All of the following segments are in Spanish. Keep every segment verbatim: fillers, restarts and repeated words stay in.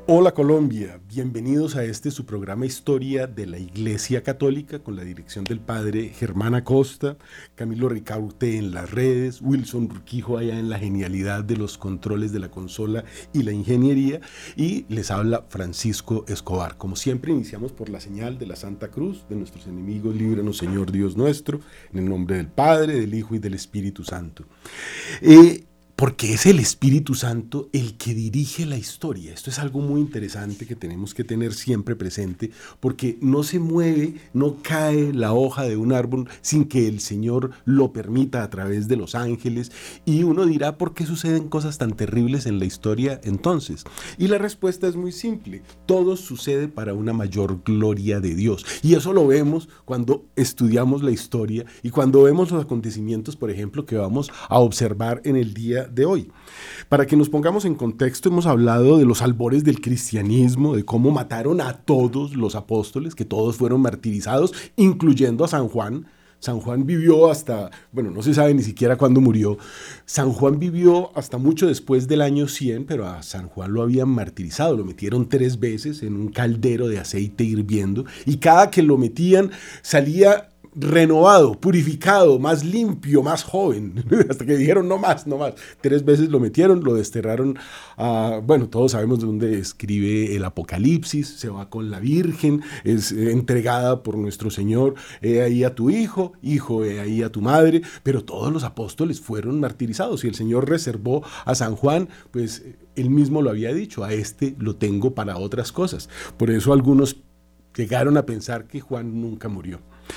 Hola Colombia, bienvenidos a este su programa Historia de la Iglesia Católica con la dirección del padre Germán Acosta, Camilo Ricaurte en las redes, Wilson Urquijo allá en la genialidad de los controles de la consola y la ingeniería, y les habla Francisco Escobar. Como siempre iniciamos por la señal de la Santa Cruz, de nuestros enemigos líbranos Señor Dios nuestro, en el nombre del Padre, del Hijo y del Espíritu Santo. Eh, Porque es el Espíritu Santo el que dirige la historia. Esto es algo muy interesante que tenemos que tener siempre presente, porque no se mueve, no cae la hoja de un árbol sin que el Señor lo permita a través de los ángeles. Y uno dirá, ¿por qué suceden cosas tan terribles en la historia entonces? Y la respuesta es muy simple. Todo sucede para una mayor gloria de Dios. Y eso lo vemos cuando estudiamos la historia y cuando vemos los acontecimientos, por ejemplo, que vamos a observar en el día de hoy. Para que nos pongamos en contexto, hemos hablado de los albores del cristianismo, de cómo mataron a todos los apóstoles, que todos fueron martirizados, incluyendo a San Juan. San Juan vivió hasta, bueno, no se sabe ni siquiera cuándo murió. San Juan vivió hasta mucho después del año cien, pero a San Juan lo habían martirizado. Lo metieron tres veces en un caldero de aceite hirviendo, y cada que lo metían salía renovado, purificado, más limpio, más joven, hasta que dijeron no más, no más. Tres veces lo metieron, lo desterraron a, bueno, todos sabemos de dónde escribe el Apocalipsis, se va con la Virgen, es entregada por nuestro Señor, he ahí a tu hijo, hijo, he ahí a tu madre, pero todos los apóstoles fueron martirizados y el Señor reservó a San Juan, pues él mismo lo había dicho, a este lo tengo para otras cosas. Por eso algunos llegaron a pensar que Juan nunca murió.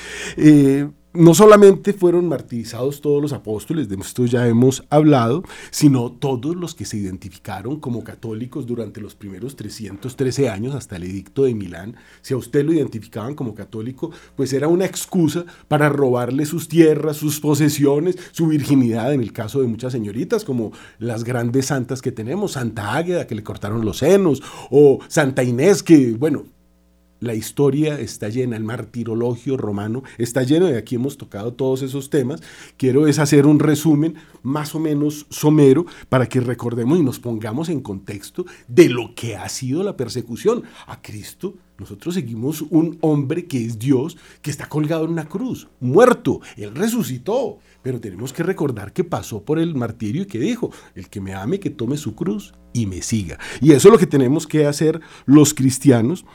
Eh, no solamente fueron martirizados todos los apóstoles, de esto ya hemos hablado, sino todos los que se identificaron como católicos durante los primeros trescientos trece años hasta el edicto de Milán. Si a usted lo identificaban como católico, pues era una excusa para robarle sus tierras, sus posesiones, su virginidad, en el caso de muchas señoritas, como las grandes santas que tenemos, Santa Águeda, que le cortaron los senos, o Santa Inés, que, bueno, la historia está llena, el martirologio romano está lleno, de aquí hemos tocado todos esos temas. Quiero es hacer un resumen más o menos somero para que recordemos y nos pongamos en contexto de lo que ha sido la persecución a Cristo. Nosotros seguimos un hombre que es Dios, que está colgado en una cruz, muerto. Él resucitó, pero tenemos que recordar que pasó por el martirio y que dijo, el que me ame, que tome su cruz y me siga. Y eso es lo que tenemos que hacer los cristianos.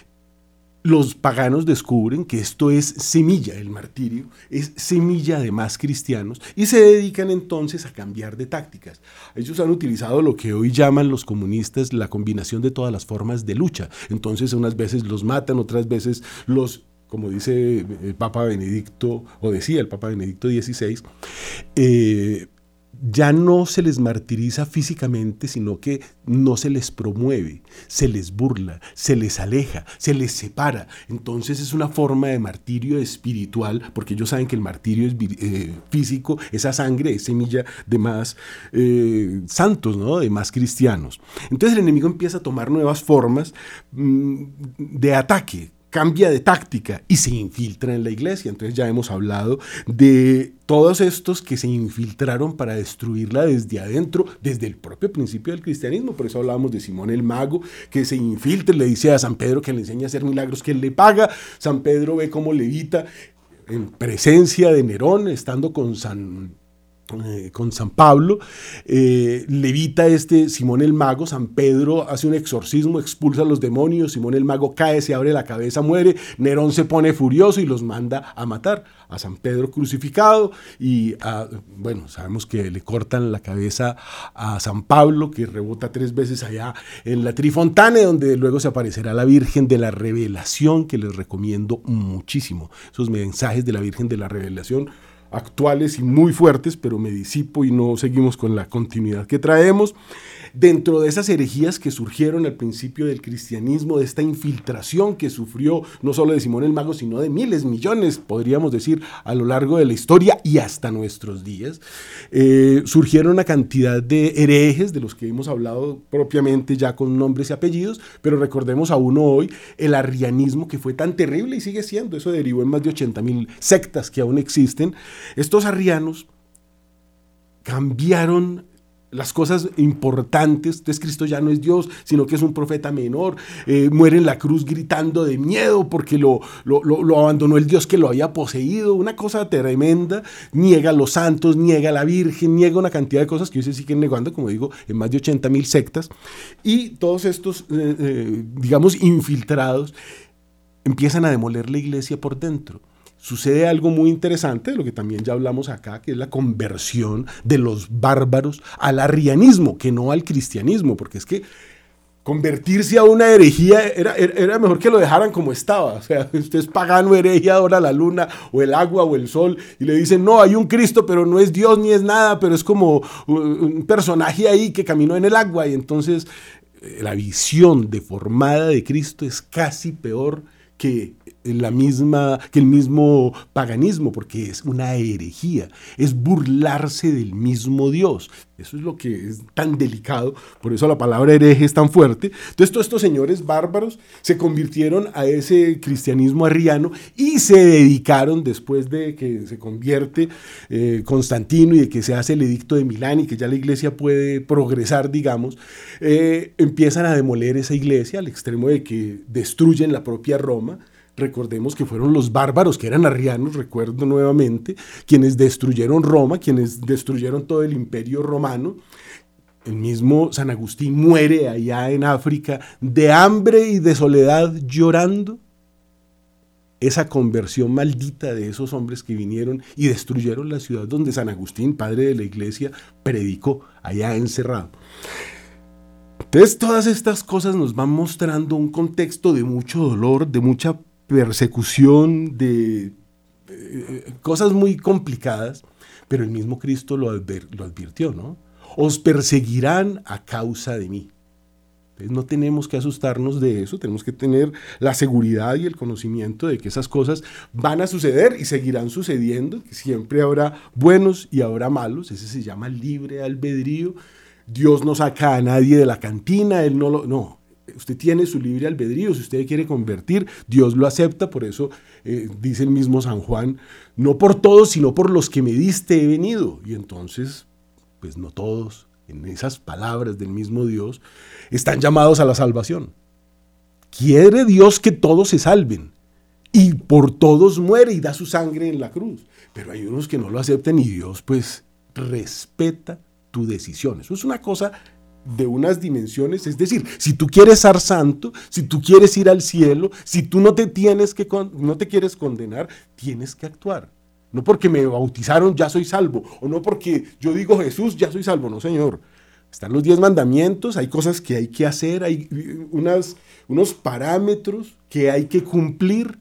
Los paganos descubren que esto es semilla, el martirio es semilla de más cristianos, y se dedican entonces a cambiar de tácticas. Ellos han utilizado lo que hoy llaman los comunistas la combinación de todas las formas de lucha. Entonces unas veces los matan, otras veces los, como dice el Papa Benedicto, o decía el Papa Benedicto dieciséis, eh, ya no se les martiriza físicamente, sino que no se les promueve, se les burla, se les aleja, se les separa. Entonces es una forma de martirio espiritual, porque ellos saben que el martirio es eh, físico, esa sangre es semilla de más eh, santos, ¿no? De más cristianos. Entonces el enemigo empieza a tomar nuevas formas mmm, de ataque, cambia de táctica y se infiltra en la iglesia. Entonces ya hemos hablado de todos estos que se infiltraron para destruirla desde adentro, desde el propio principio del cristianismo. Por eso hablábamos de Simón el Mago, que se infiltra, le dice a San Pedro que le enseña a hacer milagros, que él le paga. San Pedro ve cómo levita en presencia de Nerón, estando con San Eh, con San Pablo, eh, levita este Simón el Mago. San Pedro hace un exorcismo, expulsa a los demonios, Simón el Mago cae, se abre la cabeza, muere. Nerón se pone furioso y los manda a matar a San Pedro crucificado, y a, bueno, sabemos que le cortan la cabeza a San Pablo, que rebota tres veces allá en la Trifontane, donde luego se aparecerá la Virgen de la Revelación, que les recomiendo muchísimo, esos mensajes de la Virgen de la Revelación, actuales y muy fuertes, pero me disipo y no seguimos con la continuidad que traemos. Dentro de esas herejías que surgieron al principio del cristianismo, de esta infiltración que sufrió no solo de Simón el Mago, sino de miles, millones, podríamos decir, a lo largo de la historia y hasta nuestros días, eh, surgieron una cantidad de herejes, de los que hemos hablado propiamente ya con nombres y apellidos, pero recordemos a uno hoy, el arrianismo, que fue tan terrible y sigue siendo, eso derivó en más de ochenta mil sectas que aún existen. Estos arrianos cambiaron las cosas importantes. Entonces Cristo ya no es Dios, sino que es un profeta menor. Eh, muere en la cruz gritando de miedo porque lo, lo, lo, lo abandonó el Dios que lo había poseído. Una cosa tremenda. Niega a los santos, niega a la Virgen, niega una cantidad de cosas que hoy se siguen negando, como digo, en más de ochenta mil sectas. Y todos estos, eh, eh, digamos, infiltrados empiezan a demoler la iglesia por dentro. Sucede algo muy interesante, de lo que también ya hablamos acá, que es la conversión de los bárbaros al arrianismo, que no al cristianismo, porque es que convertirse a una herejía era, era mejor que lo dejaran como estaba. O sea, usted es pagano, hereje, adora la luna, o el agua, o el sol, y le dicen, no, hay un Cristo, pero no es Dios ni es nada, pero es como un personaje ahí que caminó en el agua, y entonces la visión deformada de Cristo es casi peor que la misma, que el mismo paganismo, porque es una herejía, es burlarse del mismo Dios. Eso es lo que es tan delicado, por eso la palabra hereje es tan fuerte. Entonces todos estos señores bárbaros se convirtieron a ese cristianismo arriano y se dedicaron, después de que se convierte eh, Constantino y de que se hace el edicto de Milán y que ya la iglesia puede progresar, digamos, eh, empiezan a demoler esa iglesia al extremo de que destruyen la propia Roma. Recordemos que fueron los bárbaros, que eran arrianos, recuerdo nuevamente, quienes destruyeron Roma, quienes destruyeron todo el imperio romano. El mismo San Agustín muere allá en África de hambre y de soledad llorando. Esa conversión maldita de esos hombres que vinieron y destruyeron la ciudad donde San Agustín, padre de la iglesia, predicó, allá encerrado. Entonces todas estas cosas nos van mostrando un contexto de mucho dolor, de mucha persecución, de eh, cosas muy complicadas, pero el mismo Cristo lo, adver, lo advirtió, ¿no? Os perseguirán a causa de mí. Entonces no tenemos que asustarnos de eso, tenemos que tener la seguridad y el conocimiento de que esas cosas van a suceder y seguirán sucediendo, que siempre habrá buenos y habrá malos. Ese se llama libre albedrío. Dios no saca a nadie de la cantina, Él no lo... No. Usted tiene su libre albedrío, si usted quiere convertir, Dios lo acepta, por eso eh, dice el mismo San Juan, no por todos, sino por los que me diste he venido. Y entonces, pues no todos, en esas palabras del mismo Dios, están llamados a la salvación. Quiere Dios que todos se salven, y por todos muere y da su sangre en la cruz. Pero hay unos que no lo aceptan y Dios pues respeta tu decisión. Eso es una cosa de unas dimensiones, es decir, si tú quieres ser santo, si tú quieres ir al cielo, si tú no te tienes que no te quieres condenar, tienes que actuar. No porque me bautizaron ya soy salvo, o no porque yo digo Jesús ya soy salvo, no señor. Están los diez mandamientos, hay cosas que hay que hacer, hay unas, unos parámetros que hay que cumplir.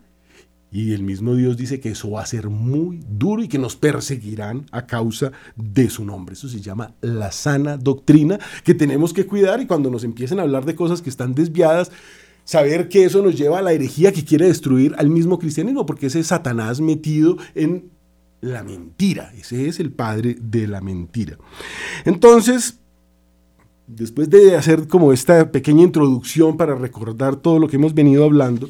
Y el mismo Dios dice que eso va a ser muy duro y que nos perseguirán a causa de su nombre. Eso se llama la sana doctrina que tenemos que cuidar, y cuando nos empiecen a hablar de cosas que están desviadas, saber que eso nos lleva a la herejía que quiere destruir al mismo cristianismo, porque ese es Satanás metido en la mentira. Ese es el padre de la mentira. Entonces, después de hacer como esta pequeña introducción para recordar todo lo que hemos venido hablando,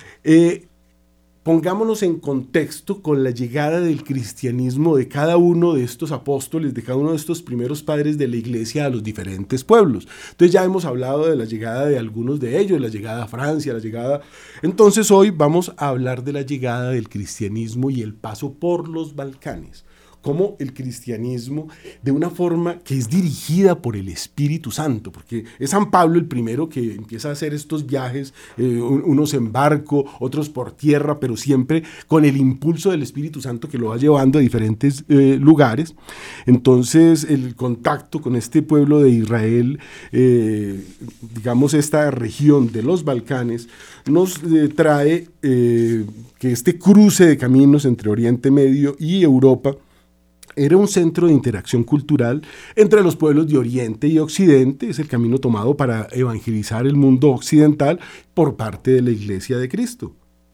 eh, pongámonos en contexto con la llegada del cristianismo de cada uno de estos apóstoles, de cada uno de estos primeros padres de la iglesia a los diferentes pueblos. Entonces ya hemos hablado de la llegada de algunos de ellos, la llegada a Francia, la llegada... Entonces hoy vamos a hablar de la llegada del cristianismo y el paso por los Balcanes. Cómo el cristianismo, de una forma que es dirigida por el Espíritu Santo, porque es San Pablo el primero que empieza a hacer estos viajes, eh, unos en barco, otros por tierra, pero siempre con el impulso del Espíritu Santo que lo va llevando a diferentes eh, lugares. Entonces el contacto con este pueblo de Israel, eh, digamos esta región de los Balcanes, nos eh, trae eh, que este cruce de caminos entre Oriente Medio y Europa era un centro de interacción cultural entre los pueblos de Oriente y Occidente. Es el camino tomado para evangelizar el mundo occidental por parte de la Iglesia de Cristo.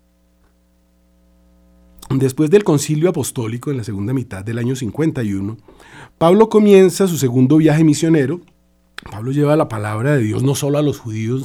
Después del concilio apostólico en la segunda mitad del año cincuenta y uno, Pablo comienza su segundo viaje misionero. Pablo lleva la palabra de Dios no solo a los judíos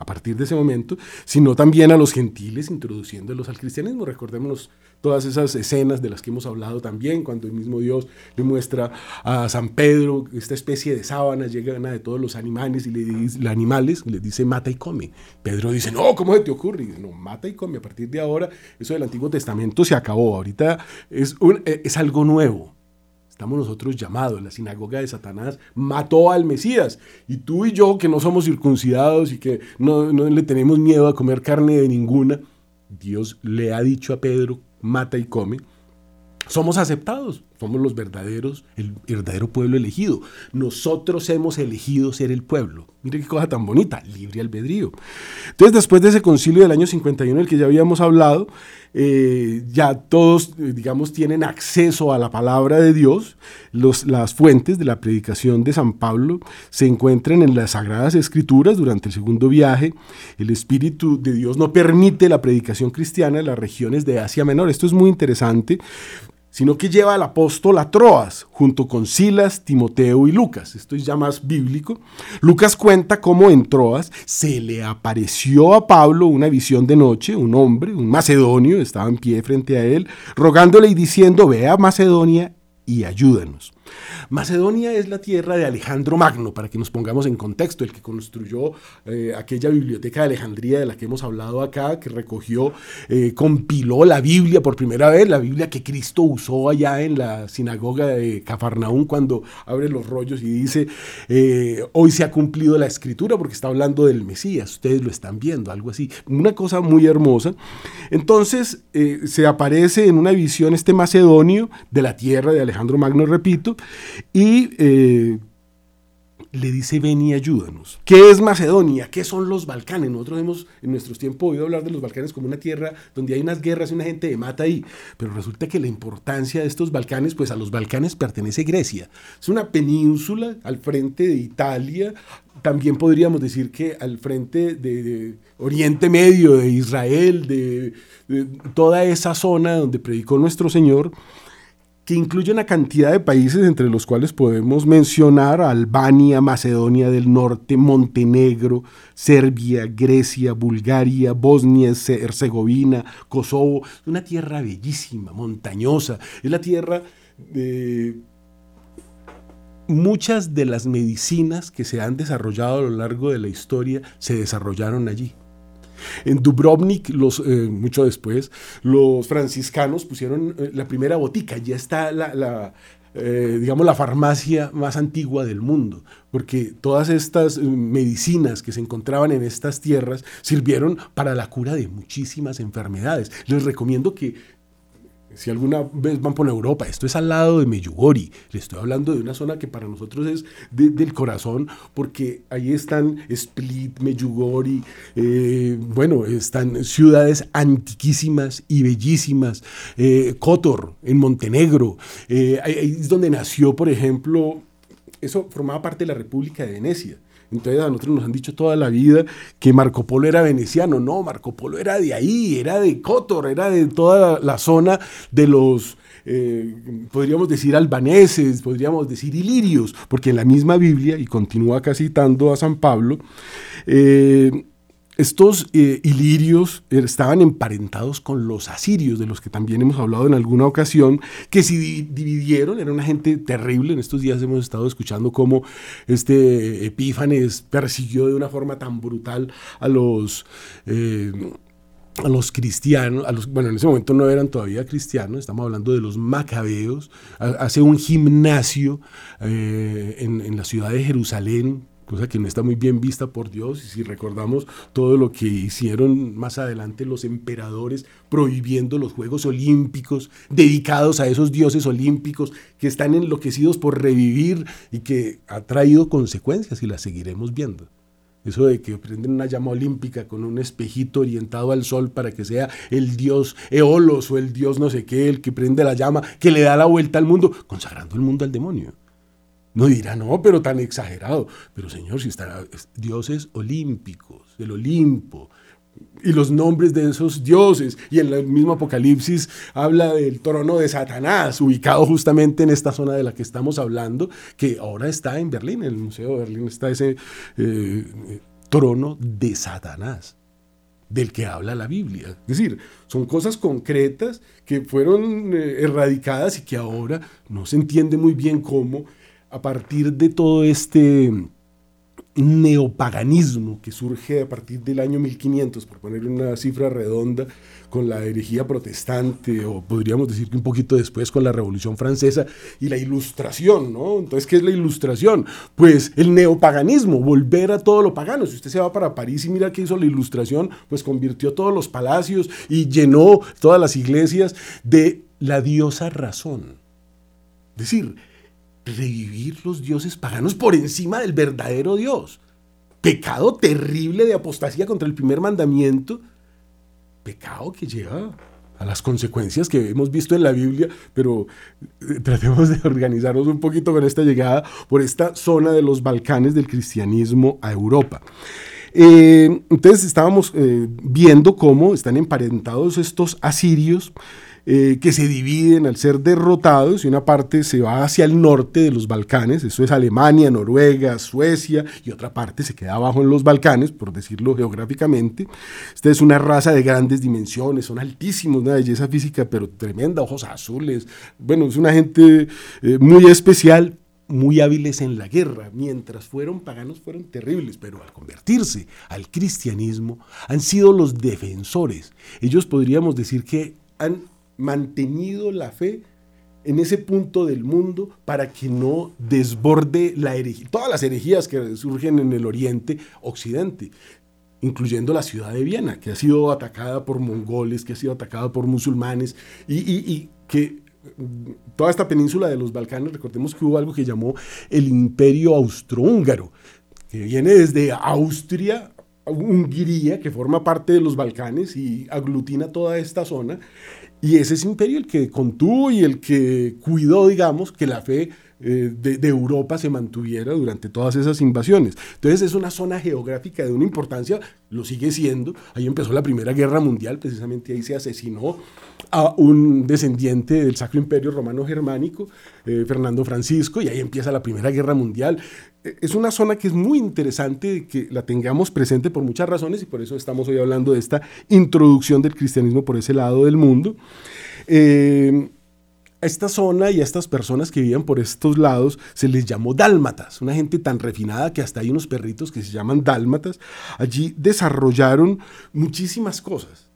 a partir de ese momento, sino también a los gentiles, introduciéndolos al cristianismo. Recordémonos todas esas escenas de las que hemos hablado también, cuando el mismo Dios le muestra a San Pedro esta especie de sábanas llena de todos los animales y le dice, animales, le dice mata y come. Pedro dice, no, ¿cómo se te ocurre? Y dice, no, mata y come. A partir de ahora, eso del Antiguo Testamento se acabó. Ahorita es, un, es algo nuevo. Estamos nosotros llamados, la sinagoga de Satanás mató al Mesías, y tú y yo, que no somos circuncidados y que no, no le tenemos miedo a comer carne de ninguna, Dios le ha dicho a Pedro, mata y come. Somos aceptados, somos los verdaderos, el verdadero pueblo elegido. Nosotros hemos elegido ser el pueblo. Mire qué cosa tan bonita, libre albedrío. Entonces, después de ese concilio del año cincuenta y uno del que ya habíamos hablado, eh, ya todos, eh, digamos, tienen acceso a la palabra de Dios. Los, las fuentes de la predicación de San Pablo se encuentran en las Sagradas Escrituras. Durante el segundo viaje, el Espíritu de Dios no permite la predicación cristiana en las regiones de Asia Menor. Esto es muy interesante, sino que lleva al apóstol a Troas, junto con Silas, Timoteo y Lucas. Esto es ya más bíblico. Lucas cuenta cómo en Troas se le apareció a Pablo una visión de noche, un hombre, un macedonio, estaba en pie frente a él, rogándole y diciendo, ve a Macedonia y ayúdanos. Macedonia es la tierra de Alejandro Magno, para que nos pongamos en contexto, el que construyó eh, aquella biblioteca de Alejandría de la que hemos hablado acá, que recogió, eh, compiló la Biblia por primera vez, la Biblia que Cristo usó allá en la sinagoga de Cafarnaúm cuando abre los rollos y dice, eh, hoy se ha cumplido la escritura, porque está hablando del Mesías, ustedes lo están viendo, algo así, una cosa muy hermosa. Entonces eh, se aparece en una visión este macedonio de la tierra de Alejandro Magno, repito, y eh, le dice, ven y ayúdanos. ¿Qué es Macedonia? ¿Qué son los Balcanes? Nosotros hemos en nuestros tiempos oído hablar de los Balcanes como una tierra donde hay unas guerras y una gente de mata ahí, pero resulta que la importancia de estos Balcanes, pues a los Balcanes pertenece Grecia. Es una península al frente de Italia, también podríamos decir que al frente de, de Oriente Medio, de Israel, de, de toda esa zona donde predicó nuestro Señor, que incluye una cantidad de países entre los cuales podemos mencionar Albania, Macedonia del Norte, Montenegro, Serbia, Grecia, Bulgaria, Bosnia, Herzegovina, Kosovo. Una tierra bellísima, montañosa. Es la tierra de muchas de las medicinas que se han desarrollado a lo largo de la historia se desarrollaron allí. En Dubrovnik, los, eh, mucho después, los franciscanos pusieron eh, la primera botica. Ya está la, la, eh, digamos, la farmacia más antigua del mundo, porque todas estas eh, medicinas que se encontraban en estas tierras sirvieron para la cura de muchísimas enfermedades. Les recomiendo que, si alguna vez van por Europa, esto es al lado de Medjugorje, les estoy hablando de una zona que para nosotros es de, del corazón, porque ahí están Split, Medjugorje, eh, bueno, están ciudades antiquísimas y bellísimas, eh, Kotor en Montenegro, eh, ahí es donde nació, por ejemplo, eso formaba parte de la República de Venecia. Entonces a nosotros nos han dicho toda la vida que Marco Polo era veneciano. No, Marco Polo era de ahí, era de Kotor, era de toda la zona de los, eh, podríamos decir albaneses, podríamos decir ilirios, porque en la misma Biblia, y continúa acá citando a San Pablo, eh, estos eh, ilirios estaban emparentados con los asirios, de los que también hemos hablado en alguna ocasión, que se dividieron, era una gente terrible. En estos días hemos estado escuchando cómo este Epífanes persiguió de una forma tan brutal a los... Eh, a los cristianos, a los, bueno, en ese momento no eran todavía cristianos, estamos hablando de los macabeos, hace un gimnasio eh, en, en la ciudad de Jerusalén, cosa que no está muy bien vista por Dios, y si recordamos todo lo que hicieron más adelante los emperadores prohibiendo los Juegos Olímpicos, dedicados a esos dioses olímpicos que están enloquecidos por revivir y que ha traído consecuencias y las seguiremos viendo. Eso de que prenden una llama olímpica con un espejito orientado al sol para que sea el dios Eolos o el dios no sé qué, el que prende la llama, que le da la vuelta al mundo, consagrando el mundo al demonio. No dirá, no, pero tan exagerado. Pero señor, si están dioses olímpicos, del Olimpo, y los nombres de esos dioses, y en el mismo Apocalipsis habla del trono de Satanás, ubicado justamente en esta zona de la que estamos hablando, que ahora está en Berlín, en el Museo de Berlín está ese eh, trono de Satanás, del que habla la Biblia. Es decir, son cosas concretas que fueron eh, erradicadas y que ahora no se entiende muy bien cómo, a partir de todo este neopaganismo que surge a partir del año mil quinientos, por poner una cifra redonda, con la herejía protestante, o podríamos decir que un poquito después con la Revolución Francesa y la Ilustración, ¿no? Entonces, ¿qué es la Ilustración? Pues el neopaganismo, volver a todo lo pagano. Si usted se va para París y mira qué hizo la Ilustración, pues convirtió todos los palacios y llenó todas las iglesias de la diosa razón. Es decir, revivir los dioses paganos por encima del verdadero Dios. Pecado terrible de apostasía contra el primer mandamiento. Pecado que lleva a las consecuencias que hemos visto en la Biblia, pero eh, tratemos de organizarnos un poquito con esta llegada por esta zona de los Balcanes del cristianismo a Europa. Eh, entonces estábamos eh, viendo cómo están emparentados estos asirios, Eh, que se dividen al ser derrotados, y una parte se va hacia el norte de los Balcanes, eso es Alemania, Noruega, Suecia, y otra parte se queda abajo en los Balcanes, por decirlo geográficamente. Esta es una raza de grandes dimensiones, son altísimos, una belleza física pero tremenda, ojos azules, bueno, es una gente eh, muy especial, muy hábiles en la guerra. Mientras fueron paganos fueron terribles, pero al convertirse al cristianismo han sido los defensores. Ellos podríamos decir que han mantenido la fe en ese punto del mundo para que no desborde la herejía, todas las herejías que surgen en el Oriente Occidente, incluyendo la ciudad de Viena, que ha sido atacada por mongoles, que ha sido atacada por musulmanes, y, y, y que toda esta península de los Balcanes, recordemos que hubo algo que llamó el Imperio Austrohúngaro, que viene desde Austria, Hungría, que forma parte de los Balcanes y aglutina toda esta zona. Y ese es imperio el que contuvo y el que cuidó, digamos, que la fe eh, de, de Europa se mantuviera durante todas esas invasiones. Entonces es una zona geográfica de una importancia, lo sigue siendo. Ahí empezó la Primera Guerra Mundial, precisamente ahí se asesinó a un descendiente del Sacro Imperio Romano Germánico, eh, Fernando Francisco, y ahí empieza la Primera Guerra Mundial. Es una zona que es muy interesante que la tengamos presente por muchas razones, y por eso estamos hoy hablando de esta introducción del cristianismo por ese lado del mundo. Eh, a esta zona y a estas personas que vivían por estos lados se les llamó dálmatas, una gente tan refinada que hasta hay unos perritos que se llaman dálmatas. Allí desarrollaron muchísimas cosas.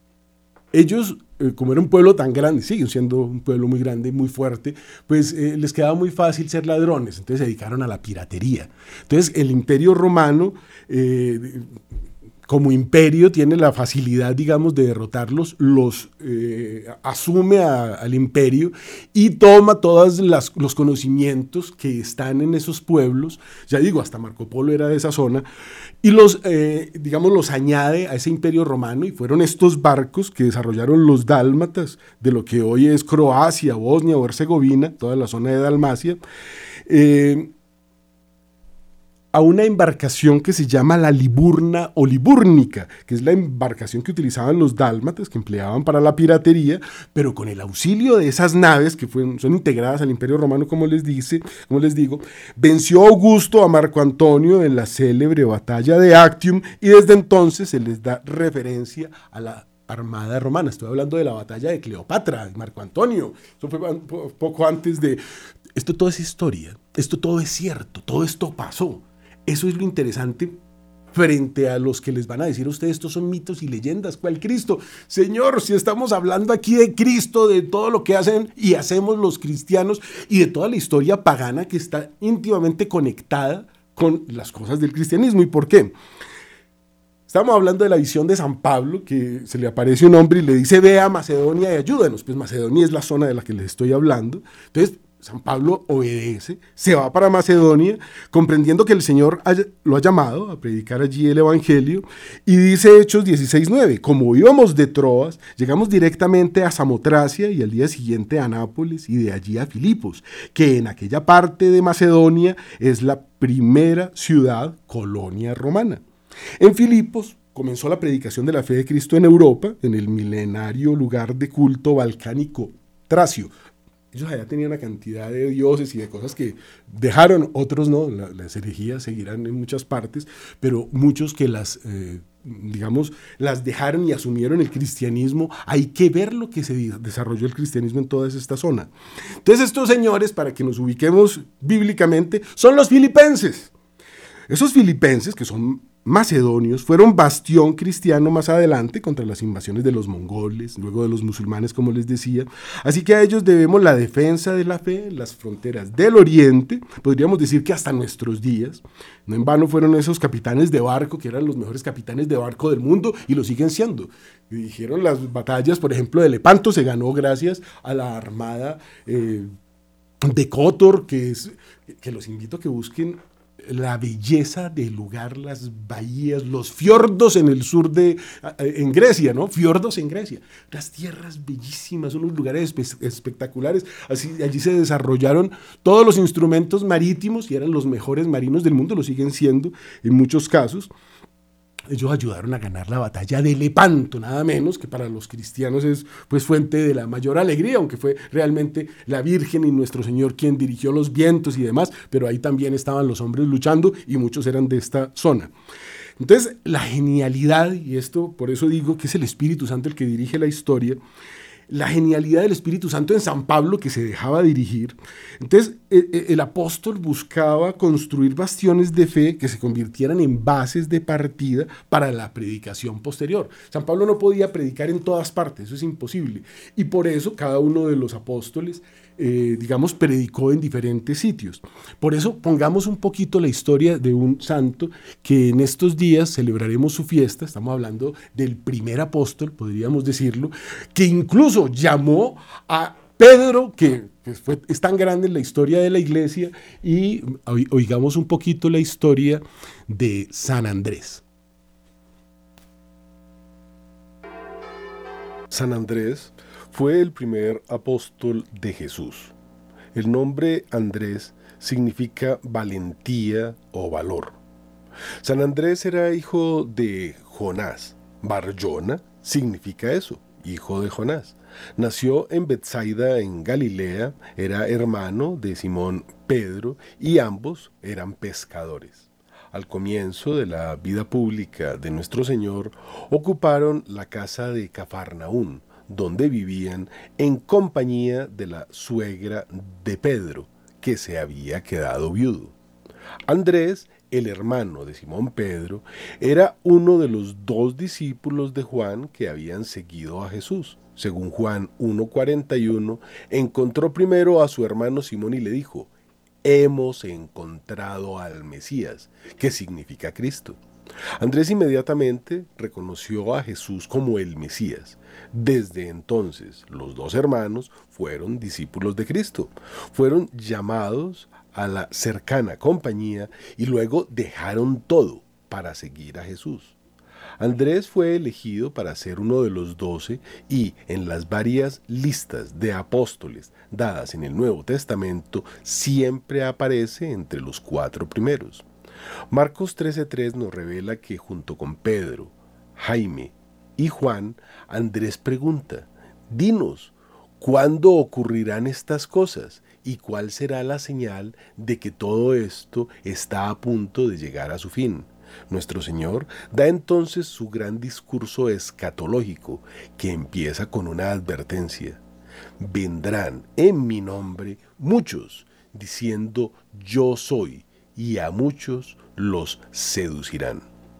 Ellos, eh, como era un pueblo tan grande, siguen siendo un pueblo muy grande, muy fuerte, pues eh, les quedaba muy fácil ser ladrones, entonces se dedicaron a la piratería. Entonces el Imperio Romano, eh, como imperio, tiene la facilidad, digamos, de derrotarlos, los eh, asume a, al imperio y toma todos los conocimientos que están en esos pueblos, ya digo, hasta Marco Polo era de esa zona, y los, eh, digamos, los añade a ese imperio romano, y fueron estos barcos que desarrollaron los dálmatas de lo que hoy es Croacia, Bosnia o Herzegovina, toda la zona de Dalmacia, eh, a una embarcación que se llama la Liburna o Libúrnica, que es la embarcación que utilizaban los dálmatas, que empleaban para la piratería, pero con el auxilio de esas naves que fueron, son integradas al Imperio Romano, como les, dice, como les digo, venció Augusto a Marco Antonio en la célebre batalla de Actium, y desde entonces se les da referencia a la armada romana. Estoy hablando de la batalla de Cleopatra, de Marco Antonio. Eso fue poco antes de... Esto todo es historia, esto todo es cierto, todo esto pasó. Eso es lo interesante frente a los que les van a decir a ustedes, estos son mitos y leyendas. ¿Cuál Cristo? Señor, si estamos hablando aquí de Cristo, de todo lo que hacen y hacemos los cristianos y de toda la historia pagana que está íntimamente conectada con las cosas del cristianismo. ¿Y por qué? Estamos hablando de la visión de San Pablo, que se le aparece un hombre y le dice, ve a Macedonia y ayúdanos. Pues Macedonia es la zona de la que les estoy hablando. Entonces, San Pablo obedece, se va para Macedonia, comprendiendo que el Señor haya, lo ha llamado a predicar allí el Evangelio, y dice Hechos dieciséis nueve, como íbamos de Troas, llegamos directamente a Samotracia y al día siguiente a Nápoles y de allí a Filipos, que en aquella parte de Macedonia es la primera ciudad, colonia romana. En Filipos comenzó la predicación de la fe de Cristo en Europa, en el milenario lugar de culto balcánico Tracio. ellos allá tenían una cantidad de dioses y de cosas que dejaron, otros no, la, las herejías seguirán en muchas partes, pero muchos que las, eh, digamos, las dejaron y asumieron el cristianismo. Hay que ver lo que se desarrolló el cristianismo en toda esta zona. Entonces estos señores, para que nos ubiquemos bíblicamente, son los filipenses. Esos filipenses, que son macedonios, fueron bastión cristiano más adelante contra las invasiones de los mongoles, luego de los musulmanes, como les decía. Así que a ellos debemos la defensa de la fe, las fronteras del oriente, podríamos decir que hasta nuestros días. No en vano fueron esos capitanes de barco, que eran los mejores capitanes de barco del mundo, y lo siguen siendo. Y dijeron las batallas, por ejemplo, de Lepanto se ganó gracias a la armada eh, de Kotor, que, es, que los invito a que busquen la belleza del lugar, las bahías, los fiordos en el sur de, en Grecia, ¿no? Fiordos en Grecia, las tierras bellísimas, unos lugares espe- espectaculares. Así, allí se desarrollaron todos los instrumentos marítimos y eran los mejores marinos del mundo, lo siguen siendo en muchos casos. Ellos ayudaron a ganar la batalla de Lepanto, nada menos, que para los cristianos es pues fuente de la mayor alegría, aunque fue realmente la Virgen y nuestro Señor quien dirigió los vientos y demás, pero ahí también estaban los hombres luchando y muchos eran de esta zona. Entonces, la genialidad, y esto por eso digo que es el Espíritu Santo el que dirige la historia, la genialidad del Espíritu Santo en San Pablo, que se dejaba dirigir. Entonces el, el apóstol buscaba construir bastiones de fe que se convirtieran en bases de partida para la predicación posterior. San Pablo no podía predicar en todas partes, eso es imposible, y por eso cada uno de los apóstoles Eh, digamos, predicó en diferentes sitios. Por eso pongamos un poquito la historia de un santo que en estos días celebraremos su fiesta. Estamos hablando del primer apóstol, podríamos decirlo, que incluso llamó a Pedro, que, que fue, es tan grande en la historia de la iglesia, y oigamos un poquito la historia de San Andrés. San Andrés fue el primer apóstol de Jesús. El nombre Andrés significa valentía o valor. San Andrés era hijo de Jonás. Bar-Jona significa eso, hijo de Jonás. Nació en Betsaida, en Galilea, era hermano de Simón Pedro y ambos eran pescadores. Al comienzo de la vida pública de nuestro Señor, ocuparon la casa de Cafarnaún, donde vivían en compañía de la suegra de Pedro, que se había quedado viudo. Andrés, el hermano de Simón Pedro, era uno de los dos discípulos de Juan que habían seguido a Jesús. Según Juan uno cuarenta y uno, encontró primero a su hermano Simón y le dijo: «Hemos encontrado al Mesías», que significa Cristo. Andrés inmediatamente reconoció a Jesús como el Mesías. Desde entonces, los dos hermanos fueron discípulos de Cristo. Fueron llamados a la cercana compañía y luego dejaron todo para seguir a Jesús. Andrés fue elegido para ser uno de los doce y en las varias listas de apóstoles dadas en el Nuevo Testamento siempre aparece entre los cuatro primeros. Marcos trece tres nos revela que junto con Pedro, Jaime y Juan, Andrés pregunta: «Dinos, ¿cuándo ocurrirán estas cosas? ¿Y cuál será la señal de que todo esto está a punto de llegar a su fin?». Nuestro Señor da entonces su gran discurso escatológico, que empieza con una advertencia: «Vendrán en mi nombre muchos, diciendo yo soy, y a muchos los seducirán».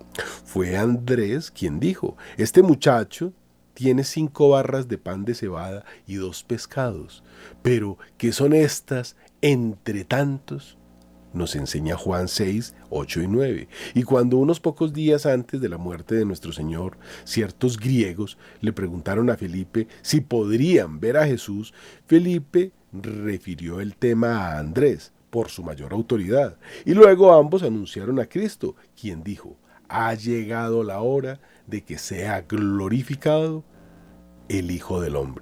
Fue Andrés quien dijo: «Este muchacho tiene cinco barras de pan de cebada y dos pescados, pero ¿qué son estas entre tantos?». Nos enseña Juan seis, ocho y nueve. Y cuando unos pocos días antes de la muerte de nuestro Señor, ciertos griegos le preguntaron a Felipe si podrían ver a Jesús, Felipe refirió el tema a Andrés por su mayor autoridad. Y luego ambos anunciaron a Cristo, quien dijo: «Ha llegado la hora de que sea glorificado el Hijo del Hombre».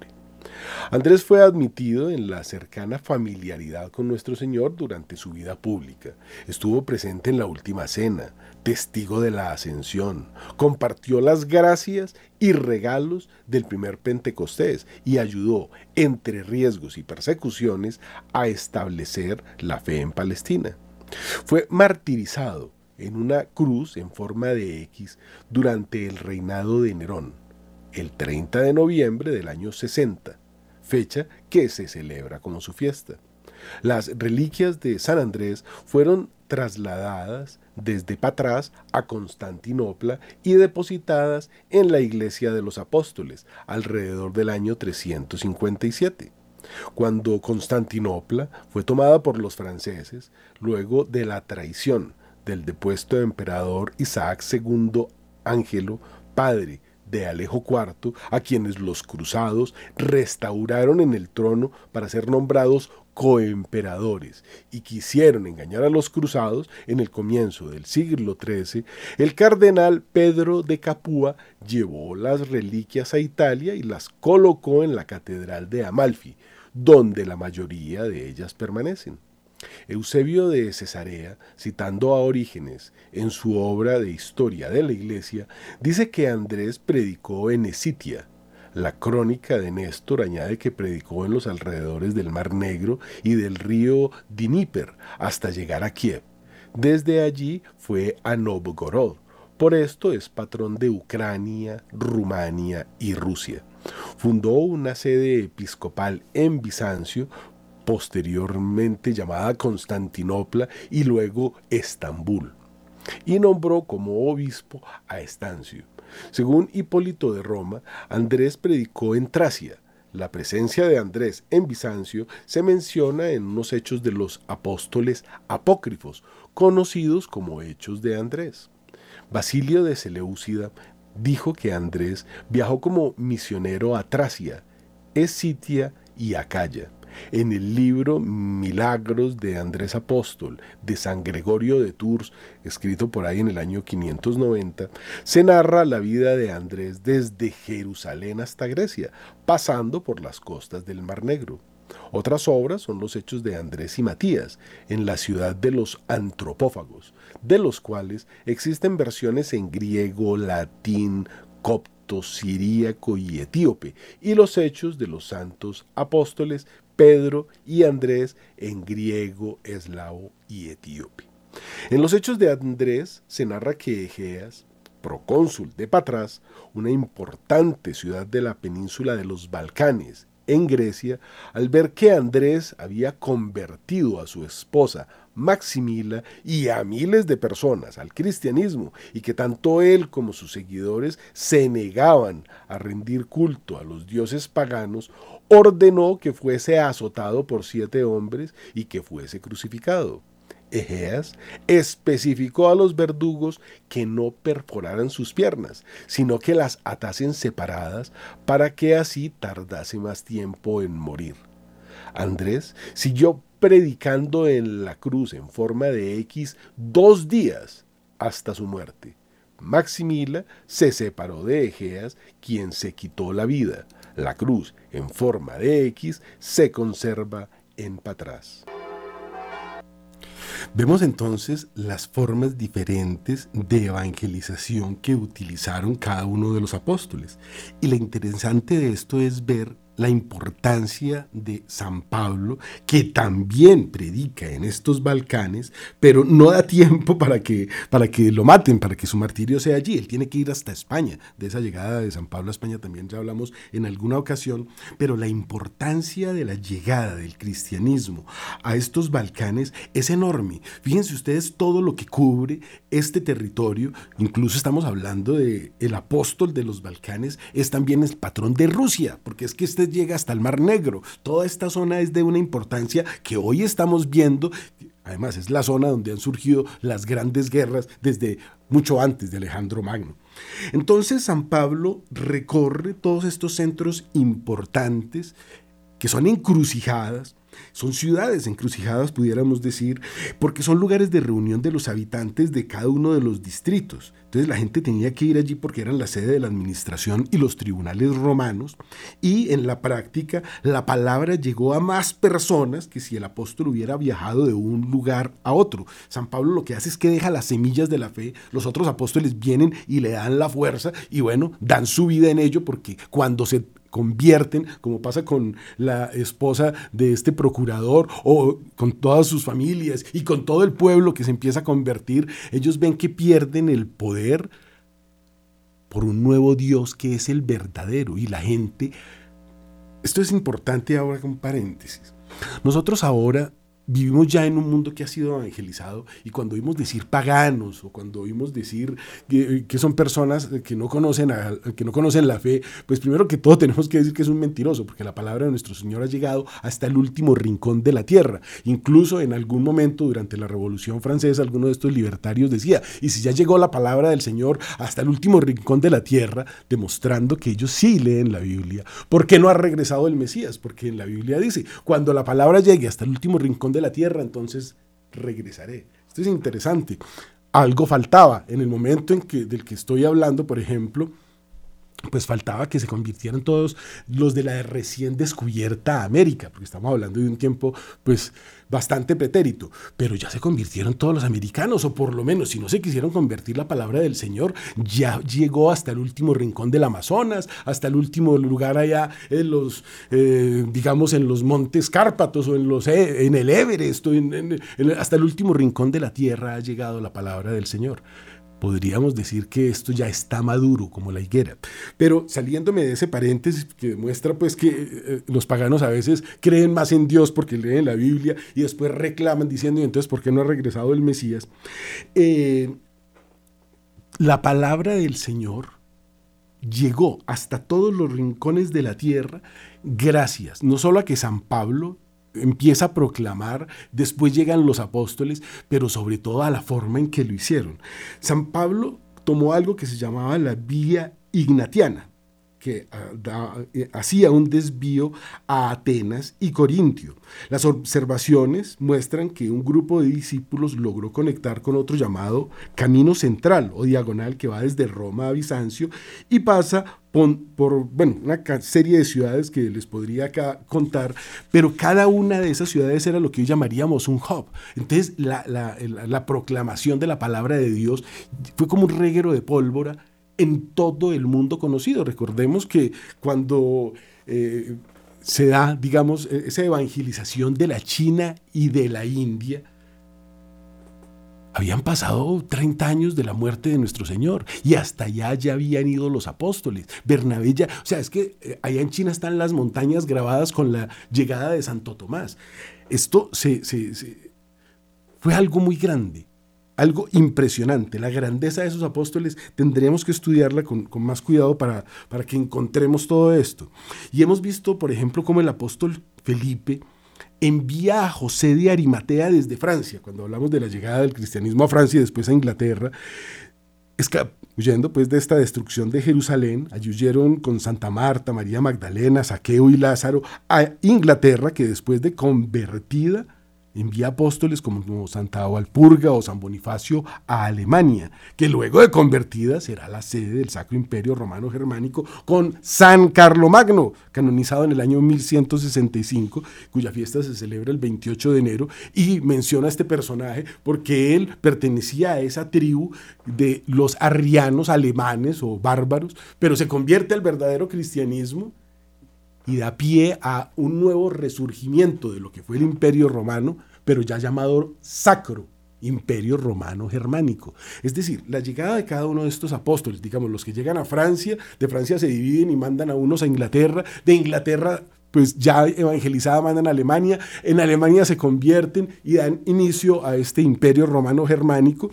Andrés fue admitido en la cercana familiaridad con nuestro Señor durante su vida pública. Estuvo presente en la última cena, testigo de la ascensión, compartió las gracias y regalos del primer Pentecostés y ayudó, entre riesgos y persecuciones, a establecer la fe en Palestina. Fue martirizado en una cruz en forma de X durante el reinado de Nerón, el treinta de noviembre del año sesenta, fecha que se celebra como su fiesta. Las reliquias de San Andrés fueron trasladadas desde Patras a Constantinopla y depositadas en la Iglesia de los Apóstoles alrededor del año trescientos cincuenta y siete. Cuando Constantinopla fue tomada por los franceses, luego de la traición del depuesto emperador Isaac segundo Ángelo, padre de Alejo cuarto, a quienes los cruzados restauraron en el trono para ser nombrados coemperadores y quisieron engañar a los cruzados en el comienzo del siglo trece, el cardenal Pedro de Capua llevó las reliquias a Italia y las colocó en la catedral de Amalfi, donde la mayoría de ellas permanecen. Eusebio de Cesarea, citando a Orígenes en su obra de Historia de la Iglesia, dice que Andrés predicó en Escitia. La crónica de Néstor añade que predicó en los alrededores del Mar Negro y del río Dníper hasta llegar a Kiev. Desde allí fue a Novgorod. Por esto es patrón de Ucrania, Rumania y Rusia. Fundó una sede episcopal en Bizancio, posteriormente llamada Constantinopla y luego Estambul, y nombró como obispo a Estancio. Según Hipólito de Roma, Andrés predicó en Tracia. La presencia de Andrés en Bizancio se menciona en unos hechos de los apóstoles apócrifos, conocidos como Hechos de Andrés. Basilio de Seleucida dijo que Andrés viajó como misionero a Tracia, Escitia y Acaya. En el libro Milagros de Andrés Apóstol de San Gregorio de Tours, escrito por ahí en el año quinientos noventa, se narra la vida de Andrés desde Jerusalén hasta Grecia, pasando por las costas del Mar Negro. Otras obras son los Hechos de Andrés y Matías, en la ciudad de los antropófagos, de los cuales existen versiones en griego, latín, copto, siríaco y etíope, y los Hechos de los santos apóstoles Pedro y Andrés en griego, eslavo y etíope. En los Hechos de Andrés se narra que Egeas, procónsul de Patras, una importante ciudad de la península de los Balcanes, en Grecia, al ver que Andrés había convertido a su esposa Maximila y a miles de personas al cristianismo, y que tanto él como sus seguidores se negaban a rendir culto a los dioses paganos, ordenó que fuese azotado por siete hombres y que fuese crucificado. Egeas especificó a los verdugos que no perforaran sus piernas, sino que las atasen separadas para que así tardase más tiempo en morir. Andrés siguió predicando en la cruz en forma de X dos días hasta su muerte. Maximila se separó de Egeas, quien se quitó la vida. La cruz en forma de X se conserva en Patras. Vemos entonces las formas diferentes de evangelización que utilizaron cada uno de los apóstoles. Y lo interesante de esto es ver la importancia de San Pablo, que también predica en estos Balcanes, pero no da tiempo para que, para que lo maten, para que su martirio sea allí. Él tiene que ir hasta España. De esa llegada de San Pablo a España también ya hablamos en alguna ocasión, pero la importancia de la llegada del cristianismo a estos Balcanes es enorme. Fíjense ustedes todo lo que cubre este territorio. Incluso estamos hablando de el apóstol de los Balcanes, es también el patrón de Rusia, porque es que este llega hasta el Mar Negro. Toda esta zona es de una importancia que hoy estamos viendo. Además, es la zona donde han surgido las grandes guerras desde mucho antes de Alejandro Magno. Entonces, San Pablo recorre todos estos centros importantes que son encrucijadas Son ciudades encrucijadas, pudiéramos decir, porque son lugares de reunión de los habitantes de cada uno de los distritos. Entonces la gente tenía que ir allí porque eran la sede de la administración y los tribunales romanos, y en la práctica la palabra llegó a más personas que si el apóstol hubiera viajado de un lugar a otro. San Pablo lo que hace es que deja las semillas de la fe, los otros apóstoles vienen y le dan la fuerza y bueno, dan su vida en ello, porque cuando se convierten, como pasa con la esposa de este procurador o con todas sus familias y con todo el pueblo que se empieza a convertir, ellos ven que pierden el poder por un nuevo Dios que es el verdadero, y la gente, esto es importante ahora con paréntesis, nosotros ahora vivimos ya en un mundo que ha sido evangelizado, y cuando oímos decir paganos o cuando oímos decir que, que son personas que no, conocen a, que no conocen la fe, pues primero que todo tenemos que decir que es un mentiroso, porque la palabra de nuestro Señor ha llegado hasta el último rincón de la tierra. Incluso en algún momento durante la Revolución Francesa, alguno de estos libertarios decía, y si ya llegó la palabra del Señor hasta el último rincón de la tierra, demostrando que ellos sí leen la Biblia, ¿por qué no ha regresado el Mesías? Porque en la Biblia dice, cuando la palabra llegue hasta el último rincón de la tierra, entonces regresaré. Esto es interesante. Algo faltaba en el momento en que, del que estoy hablando, por ejemplo, pues faltaba que se convirtieran todos los de la recién descubierta América, porque estamos hablando de un tiempo pues bastante pretérito, pero ya se convirtieron todos los americanos, o por lo menos si no se quisieron convertir, la palabra del Señor ya llegó hasta el último rincón del Amazonas, hasta el último lugar allá en los, eh, digamos, en los montes Cárpatos o en, los, eh, en el Everest, o en, en, en, hasta el último rincón de la tierra ha llegado la palabra del Señor. Podríamos decir que esto ya está maduro como la higuera. Pero saliéndome de ese paréntesis que demuestra pues que eh, los paganos a veces creen más en Dios porque leen la Biblia y después reclaman diciendo, ¿y entonces por qué no ha regresado el Mesías? Eh, la palabra del Señor llegó hasta todos los rincones de la tierra gracias no solo a que San Pablo empieza a proclamar, después llegan los apóstoles, pero sobre todo a la forma en que lo hicieron. San Pablo tomó algo que se llamaba la vía ignatiana, que uh, da, eh, hacía un desvío a Atenas y Corintio. Las observaciones muestran que un grupo de discípulos logró conectar con otro llamado camino central o diagonal que va desde Roma a Bizancio y pasa por, por bueno, una serie de ciudades que les podría acá contar, pero cada una de esas ciudades era lo que hoy llamaríamos un hub. Entonces la, la, la, la proclamación de la palabra de Dios fue como un reguero de pólvora en todo el mundo conocido. Recordemos que cuando eh, se da, digamos, esa evangelización de la China y de la India, habían pasado treinta años de la muerte de nuestro Señor y hasta allá ya habían ido los apóstoles. Bernabé ya, o sea, es que eh, allá en China están las montañas grabadas con la llegada de Santo Tomás. Esto se, se, se, fue algo muy grande. Algo impresionante, la grandeza de esos apóstoles tendremos que estudiarla con, con más cuidado para, para que encontremos todo esto. Y hemos visto, por ejemplo, cómo el apóstol Felipe envía a José de Arimatea desde Francia, cuando hablamos de la llegada del cristianismo a Francia y después a Inglaterra, huyendo pues de esta destrucción de Jerusalén. Allí huyeron con Santa Marta, María Magdalena, Zaqueo y Lázaro a Inglaterra, que después de convertida envía apóstoles como Santa Walpurga o San Bonifacio a Alemania, que luego de convertida será la sede del Sacro Imperio Romano Germánico, con San Carlomagno, canonizado en el año mil ciento sesenta y cinco, cuya fiesta se celebra el veintiocho de enero, y menciona a este personaje porque él pertenecía a esa tribu de los arrianos alemanes o bárbaros, pero se convierte al verdadero cristianismo y da pie a un nuevo resurgimiento de lo que fue el Imperio Romano, pero ya llamado Sacro Imperio Romano Germánico. Es decir, la llegada de cada uno de estos apóstoles, digamos, los que llegan a Francia, de Francia se dividen y mandan a unos a Inglaterra, de Inglaterra, pues ya evangelizada, mandan a Alemania, en Alemania se convierten y dan inicio a este Imperio Romano Germánico.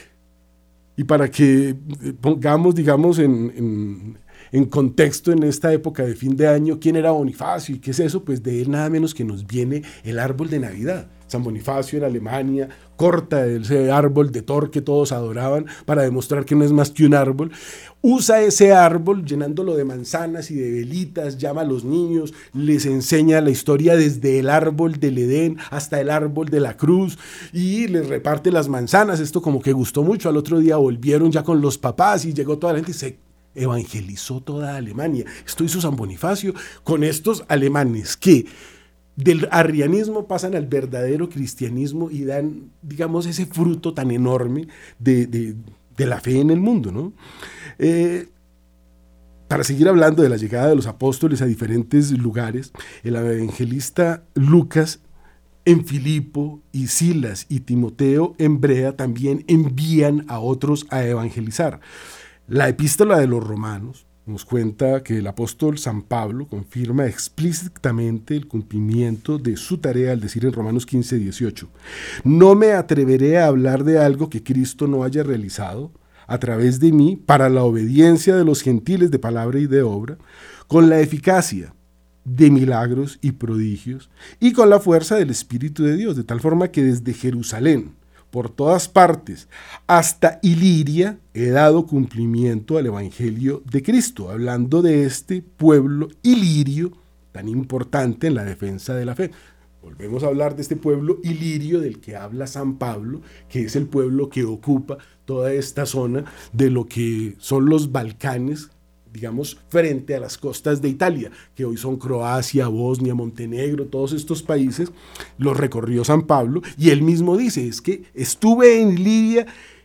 Y para que pongamos, digamos, en... en En contexto, en esta época de fin de año, ¿quién era Bonifacio y qué es eso? Pues de él nada menos que nos viene el árbol de Navidad. San Bonifacio en Alemania corta ese árbol de Thor que todos adoraban para demostrar que no es más que un árbol. Usa ese árbol llenándolo de manzanas y de velitas, llama a los niños, les enseña la historia desde el árbol del Edén hasta el árbol de la cruz y les reparte las manzanas. Esto como que gustó mucho. Al otro día volvieron ya con los papás y llegó toda la gente y se evangelizó toda Alemania. Esto hizo San Bonifacio con estos alemanes que del arrianismo pasan al verdadero cristianismo y dan, digamos, ese fruto tan enorme de, de, de la fe en el mundo, ¿no? Eh, para seguir hablando de la llegada de los apóstoles a diferentes lugares, el evangelista Lucas en Filipo y Silas y Timoteo en Brea también envían a otros a evangelizar. La epístola de los Romanos nos cuenta que el apóstol San Pablo confirma explícitamente el cumplimiento de su tarea al decir en Romanos quince, dieciocho: no me atreveré a hablar de algo que Cristo no haya realizado a través de mí para la obediencia de los gentiles de palabra y de obra, con la eficacia de milagros y prodigios y con la fuerza del Espíritu de Dios, de tal forma que desde Jerusalén, por todas partes, hasta Iliria, he dado cumplimiento al Evangelio de Cristo, hablando de este pueblo ilirio tan importante en la defensa de la fe. Volvemos a hablar de este pueblo ilirio del que habla San Pablo, que es el pueblo que ocupa toda esta zona de lo que son los Balcanes, digamos, frente a las costas de Italia, que hoy son Croacia, Bosnia, Montenegro, todos estos países, los recorrió San Pablo, y él mismo dice, es que estuve en Lidia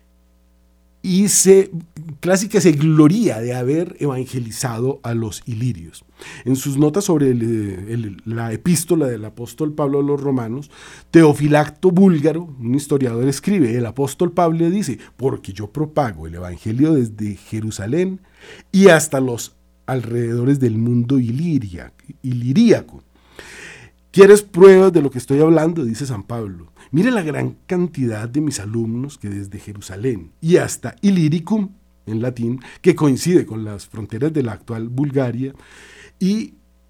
y se, casi que se gloría de haber evangelizado a los ilirios. En sus notas sobre el, el, la epístola del apóstol Pablo a los romanos, Teofilacto Búlgaro, un historiador, escribe, el apóstol Pablo dice, porque yo propago el evangelio desde Jerusalén y hasta los alrededores del mundo iliria, iliríaco. ¿Quieres pruebas de lo que estoy hablando?, dice San Pablo. Mire la gran cantidad de mis alumnos que desde Jerusalén y hasta Illyricum, en latín, que coincide con las fronteras de la actual Bulgaria, y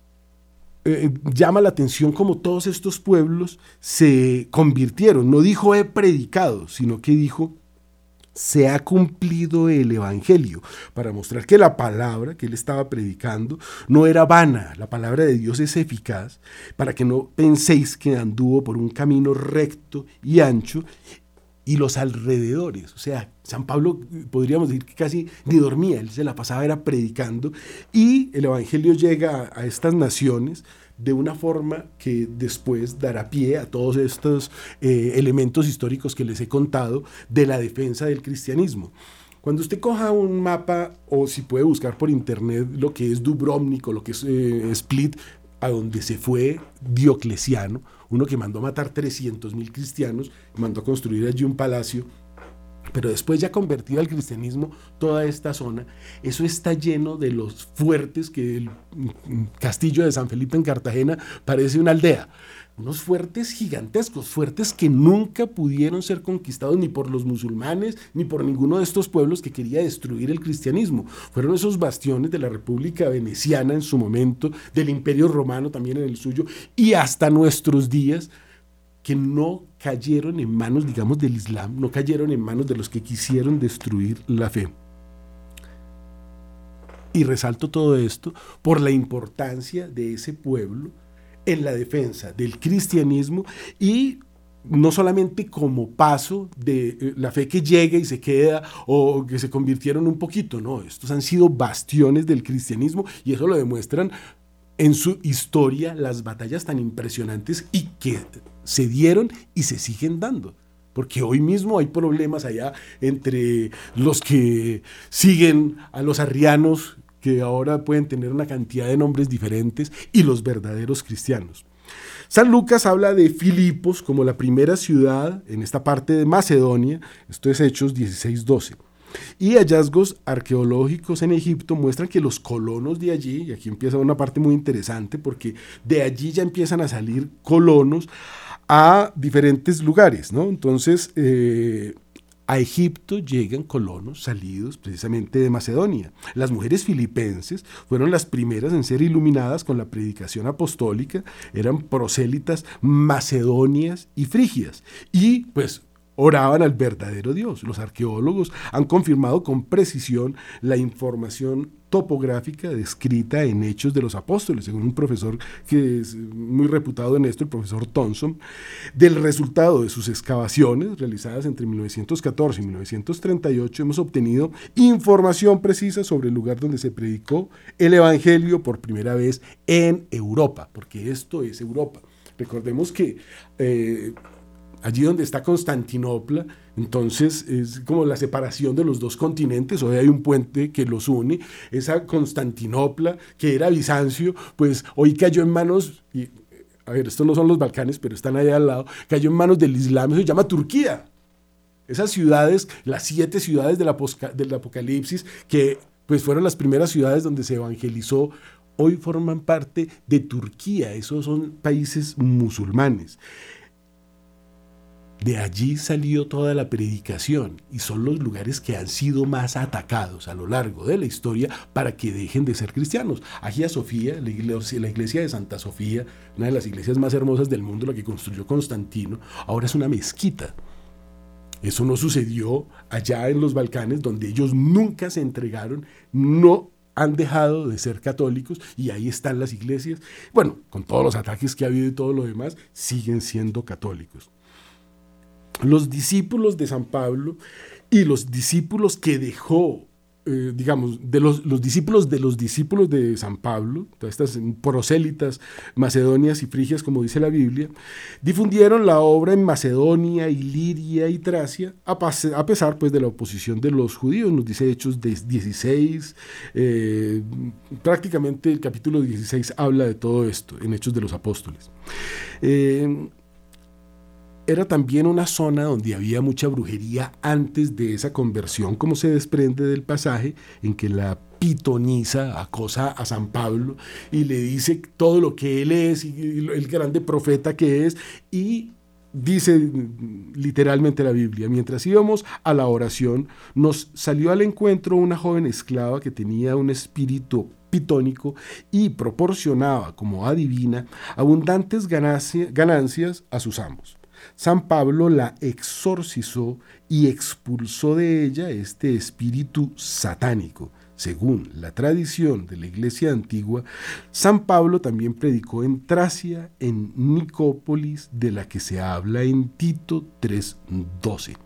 eh, llama la atención como todos estos pueblos se convirtieron. No dijo he predicado, sino que dijo se ha cumplido el evangelio, para mostrar que la palabra que él estaba predicando no era vana, la palabra de Dios es eficaz, para que no penséis que anduvo por un camino recto y ancho, y los alrededores, o sea, San Pablo podríamos decir que casi ni dormía, él se la pasaba era predicando, y el evangelio llega a, a estas naciones de una forma que después dará pie a todos estos eh, elementos históricos que les he contado de la defensa del cristianismo. Cuando usted coja un mapa, o si puede buscar por internet lo que es Dubrovnik o lo que es eh, Split, a donde se fue Diocleciano, uno que mandó a matar trescientos mil cristianos, mandó a construir allí un palacio, pero después ya convertido al cristianismo toda esta zona, eso está lleno de los fuertes, que el castillo de San Felipe en Cartagena parece una aldea, unos fuertes gigantescos, fuertes que nunca pudieron ser conquistados ni por los musulmanes, ni por ninguno de estos pueblos que quería destruir el cristianismo. Fueron esos bastiones de la República Veneciana en su momento, del Imperio Romano también en el suyo, y hasta nuestros días, que no cayeron en manos, digamos, del Islam, no cayeron en manos de los que quisieron destruir la fe. Y resalto todo esto por la importancia de ese pueblo en la defensa del cristianismo, y no solamente como paso de la fe que llega y se queda o que se convirtieron un poquito, no, estos han sido bastiones del cristianismo, y eso lo demuestran en su historia las batallas tan impresionantes y que se dieron y se siguen dando. Porque hoy mismo hay problemas allá entre los que siguen a los arrianos, que ahora pueden tener una cantidad de nombres diferentes, y los verdaderos cristianos. San Lucas habla de Filipos como la primera ciudad en esta parte de Macedonia, esto es Hechos dieciséis doce. Y hallazgos arqueológicos en Egipto muestran que los colonos de allí, y aquí empieza una parte muy interesante, porque de allí ya empiezan a salir colonos a diferentes lugares, ¿no? Entonces, eh, a Egipto llegan colonos salidos precisamente de Macedonia. Las mujeres filipenses fueron las primeras en ser iluminadas con la predicación apostólica, eran prosélitas macedonias y frigias, y pues oraban al verdadero Dios. Los arqueólogos han confirmado con precisión la información topográfica descrita en Hechos de los Apóstoles, según un profesor que es muy reputado en esto, el profesor Thompson. Del resultado de sus excavaciones realizadas entre mil novecientos catorce y mil novecientos treinta y ocho hemos obtenido información precisa sobre el lugar donde se predicó el Evangelio por primera vez en Europa, porque esto es Europa. Recordemos que eh, allí donde está Constantinopla, entonces es como la separación de los dos continentes. Hoy hay un puente que los une. Esa Constantinopla, que era Bizancio, pues hoy cayó en manos, y, a ver, estos no son los Balcanes, pero están allá al lado, cayó en manos del Islam, se llama Turquía. Esas ciudades, las siete ciudades del, aposca, del Apocalipsis, que pues fueron las primeras ciudades donde se evangelizó, hoy forman parte de Turquía. Esos son países musulmanes. De allí salió toda la predicación y son los lugares que han sido más atacados a lo largo de la historia para que dejen de ser cristianos. Hagia Sofía, la iglesia, la iglesia de Santa Sofía, una de las iglesias más hermosas del mundo, la que construyó Constantino, ahora es una mezquita. Eso no sucedió allá en los Balcanes, donde ellos nunca se entregaron, no han dejado de ser católicos, y ahí están las iglesias. Bueno, con todos los ataques que ha habido y todo lo demás, siguen siendo católicos. Los discípulos de San Pablo y los discípulos que dejó, eh, digamos, de los, los discípulos de los discípulos de San Pablo, todas estas prosélitas macedonias y frigias, como dice la Biblia, difundieron la obra en Macedonia y Liria y Tracia, a, pas- a pesar pues de la oposición de los judíos. Nos dice Hechos dieciséis, eh, prácticamente el capítulo dieciséis habla de todo esto, en Hechos de los Apóstoles. Eh, Era también una zona donde había mucha brujería antes de esa conversión, como se desprende del pasaje en que la pitonisa acosa a San Pablo y le dice todo lo que él es y el grande profeta que es, y dice literalmente la Biblia: mientras íbamos a la oración, nos salió al encuentro una joven esclava que tenía un espíritu pitónico y proporcionaba como adivina abundantes ganancia, ganancias a sus amos. San Pablo la exorcizó y expulsó de ella este espíritu satánico. Según la tradición de la iglesia antigua, San Pablo también predicó en Tracia, en Nicópolis, de la que se habla en Tito tres doce.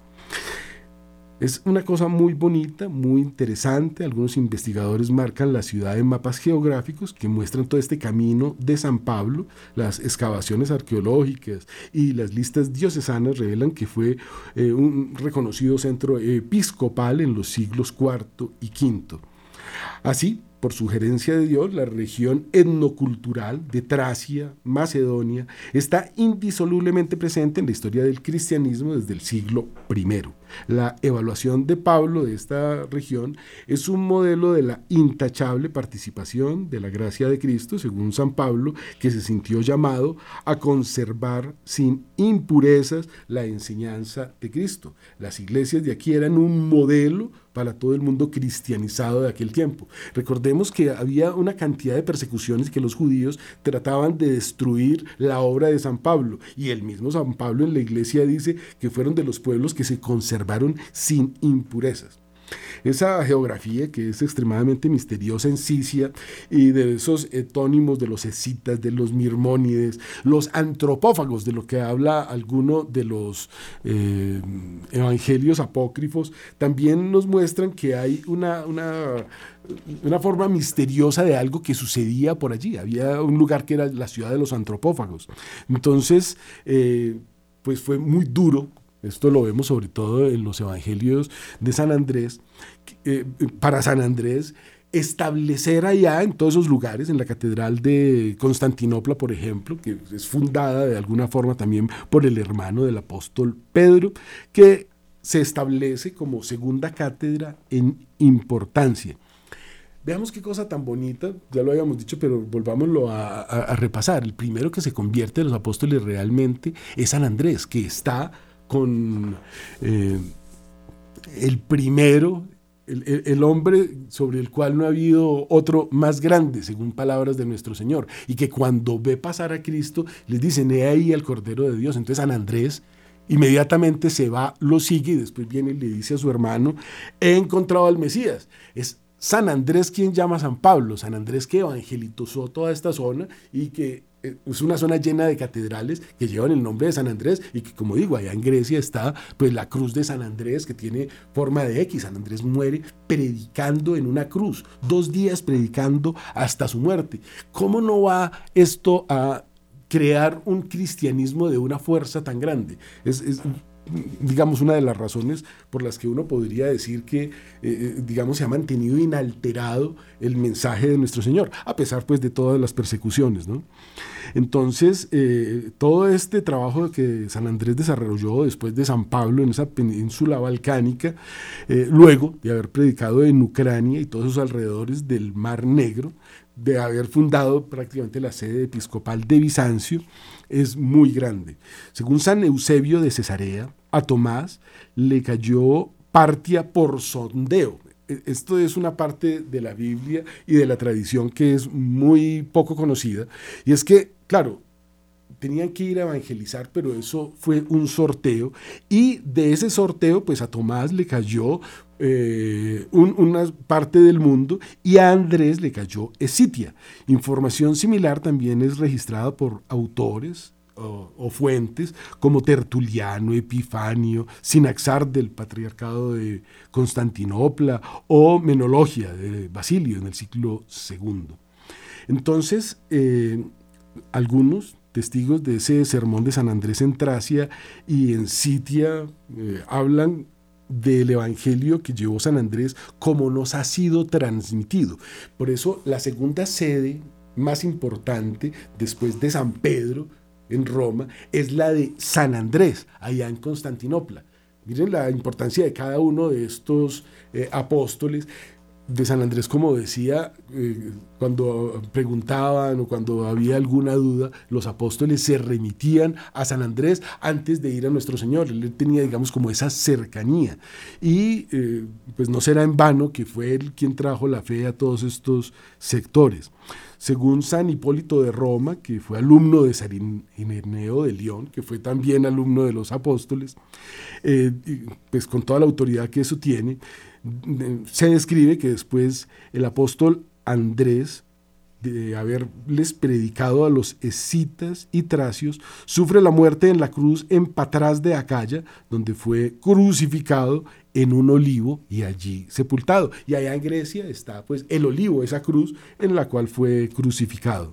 Es una cosa muy bonita, muy interesante. Algunos investigadores marcan la ciudad en mapas geográficos que muestran todo este camino de San Pablo. Las excavaciones arqueológicas y las listas diocesanas revelan que fue eh, un reconocido centro episcopal en los siglos cuarto y quinto. Así, por sugerencia de Dios, la región etnocultural de Tracia, Macedonia, está indisolublemente presente en la historia del cristianismo desde el siglo primero. La evaluación de Pablo de esta región es un modelo de la intachable participación de la gracia de Cristo, según San Pablo, que se sintió llamado a conservar sin impurezas la enseñanza de Cristo. Las iglesias de aquí eran un modelo para todo el mundo cristianizado de aquel tiempo. Recordemos que había una cantidad de persecuciones que los judíos trataban de destruir la obra de San Pablo, y el mismo San Pablo en la iglesia dice que fueron de los pueblos que se conservaron sin impurezas. Esa geografía que es extremadamente misteriosa en Sicilia, y de esos etónimos de los escitas, de los mirmónides, los antropófagos, de lo que habla alguno de los eh, evangelios apócrifos, también nos muestran que hay una, una, una forma misteriosa de algo que sucedía por allí. Había un lugar que era la ciudad de los antropófagos. Entonces, eh, pues fue muy duro. Esto lo vemos sobre todo en los evangelios de San Andrés. Eh, para San Andrés, establecer allá en todos esos lugares, en la catedral de Constantinopla, por ejemplo, que es fundada de alguna forma también por el hermano del apóstol Pedro, que se establece como segunda cátedra en importancia. Veamos qué cosa tan bonita, ya lo habíamos dicho, pero volvámoslo a, a, a repasar. El primero que se convierte de los apóstoles realmente es San Andrés, que está con eh, el primero, el, el, el hombre sobre el cual no ha habido otro más grande, según palabras de nuestro Señor, y que cuando ve pasar a Cristo, les dicen: he ahí al Cordero de Dios. Entonces San Andrés inmediatamente se va, lo sigue y después viene y le dice a su hermano, he encontrado al Mesías. Es San Andrés quien llama a San Pablo, San Andrés que evangelizó toda esta zona y que es una zona llena de catedrales que llevan el nombre de San Andrés y que, como digo, allá en Grecia está pues la cruz de San Andrés que tiene forma de X. San Andrés muere predicando en una cruz, dos días predicando hasta su muerte. ¿Cómo no va esto a crear un cristianismo de una fuerza tan grande? Es, es digamos, una de las razones por las que uno podría decir que, eh, digamos, se ha mantenido inalterado el mensaje de nuestro Señor, a pesar, pues, de todas las persecuciones, ¿no? Entonces, eh, todo este trabajo que San Andrés desarrolló después de San Pablo en esa península balcánica, eh, luego de haber predicado en Ucrania y todos esos alrededores del Mar Negro, de haber fundado prácticamente la sede episcopal de Bizancio, es muy grande. Según San Eusebio de Cesarea, a Tomás le cayó Partia por sondeo. Esto es una parte de la Biblia y de la tradición que es muy poco conocida, y es que, claro, tenían que ir a evangelizar, pero eso fue un sorteo, y de ese sorteo, pues a Tomás le cayó eh, un, una parte del mundo, y a Andrés le cayó Escitia. Información similar también es registrada por autores o, o fuentes como Tertuliano, Epifanio, Sinaxar del Patriarcado de Constantinopla o Menologia de Basilio en el siglo segundo. Entonces, eh, algunos testigos de ese sermón de San Andrés en Tracia y en Sitia eh, hablan del evangelio que llevó San Andrés como nos ha sido transmitido. Por eso la segunda sede más importante después de San Pedro en Roma es la de San Andrés, allá en Constantinopla. Miren la importancia de cada uno de estos eh, apóstoles. De San Andrés, como decía, eh, cuando preguntaban o cuando había alguna duda, los apóstoles se remitían a San Andrés antes de ir a nuestro Señor. Él tenía, digamos, como esa cercanía. Y eh, pues no será en vano que fue él quien trajo la fe a todos estos sectores. Según San Hipólito de Roma, que fue alumno de San Ireneo de León, que fue también alumno de los apóstoles, eh, pues con toda la autoridad que eso tiene, se describe que después el apóstol Andrés, de haberles predicado a los escitas y tracios, sufre la muerte en la cruz en Patras de Acaya, donde fue crucificado en un olivo y allí sepultado. Y allá en Grecia está pues el olivo, esa cruz en la cual fue crucificado.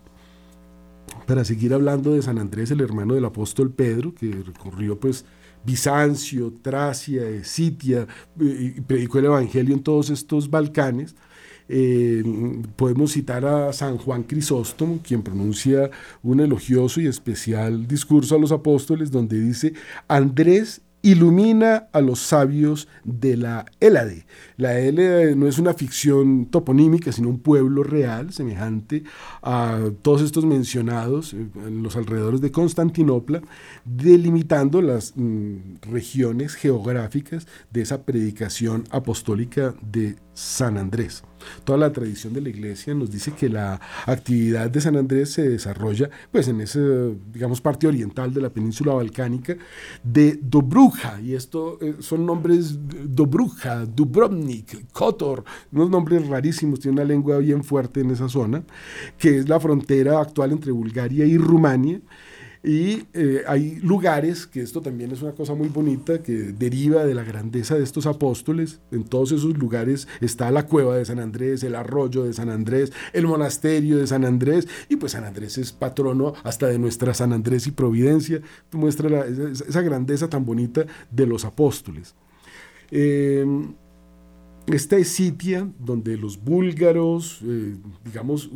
Para seguir hablando de San Andrés, el hermano del apóstol Pedro, que recorrió pues Bizancio, Tracia, Escitia, y predicó el evangelio en todos estos Balcanes. Eh, podemos citar a San Juan Crisóstomo, quien pronuncia un elogioso y especial discurso a los apóstoles, donde dice: Andrés ilumina a los sabios de la Hélade. La Hélade no es una ficción toponímica, sino un pueblo real, semejante a todos estos mencionados en los alrededores de Constantinopla, delimitando las mm, regiones geográficas de esa predicación apostólica de San Andrés. Toda la tradición de la Iglesia nos dice que la actividad de San Andrés se desarrolla pues en esa, digamos, parte oriental de la península balcánica de Dobruja, y esto eh, son nombres: Dobruja, Dubrovnik, Kotor, unos nombres rarísimos, tiene una lengua bien fuerte en esa zona, que es la frontera actual entre Bulgaria y Rumania. Y eh, hay lugares, que esto también es una cosa muy bonita, que deriva de la grandeza de estos apóstoles. En todos esos lugares está la cueva de San Andrés, el arroyo de San Andrés, el monasterio de San Andrés, y pues San Andrés es patrono hasta de nuestra San Andrés y Providencia. Muestra la, esa, esa grandeza tan bonita de los apóstoles. Eh, Esta Escitia, donde los búlgaros, eh, digamos,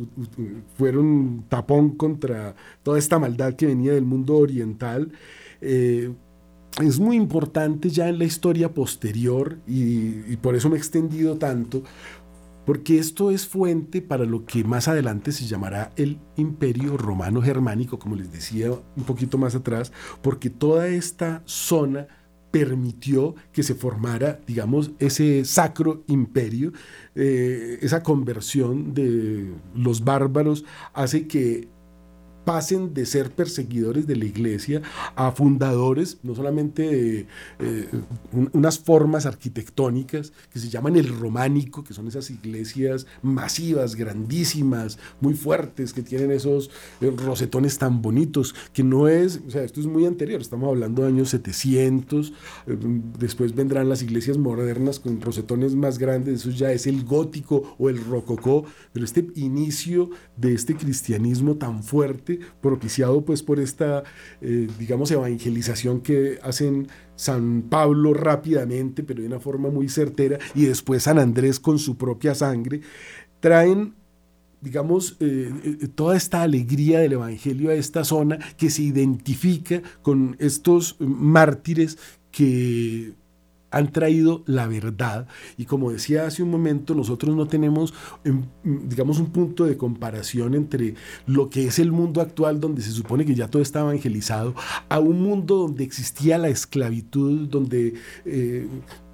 fueron tapón contra toda esta maldad que venía del mundo oriental, eh, es muy importante ya en la historia posterior, y, y por eso me he extendido tanto, porque esto es fuente para lo que más adelante se llamará el Imperio Romano Germánico, como les decía un poquito más atrás, porque toda esta zona permitió que se formara, digamos, ese sacro imperio. Eh, esa conversión de los bárbaros hace que pasen de ser perseguidores de la iglesia a fundadores, no solamente de eh, un, unas formas arquitectónicas que se llaman el románico, que son esas iglesias masivas, grandísimas, muy fuertes, que tienen esos eh, rosetones tan bonitos, que no es, o sea, esto es muy anterior, estamos hablando de años setecientos, eh, después vendrán las iglesias modernas con rosetones más grandes, eso ya es el gótico o el rococó, pero este inicio de este cristianismo tan fuerte, propiciado pues por esta, eh, digamos, evangelización que hacen San Pablo rápidamente, pero de una forma muy certera, y después San Andrés con su propia sangre, traen, digamos, eh, eh, toda esta alegría del evangelio a esta zona que se identifica con estos mártires que han traído la verdad, y como decía hace un momento, nosotros no tenemos, digamos, un punto de comparación entre lo que es el mundo actual, donde se supone que ya todo está evangelizado, a un mundo donde existía la esclavitud, donde eh,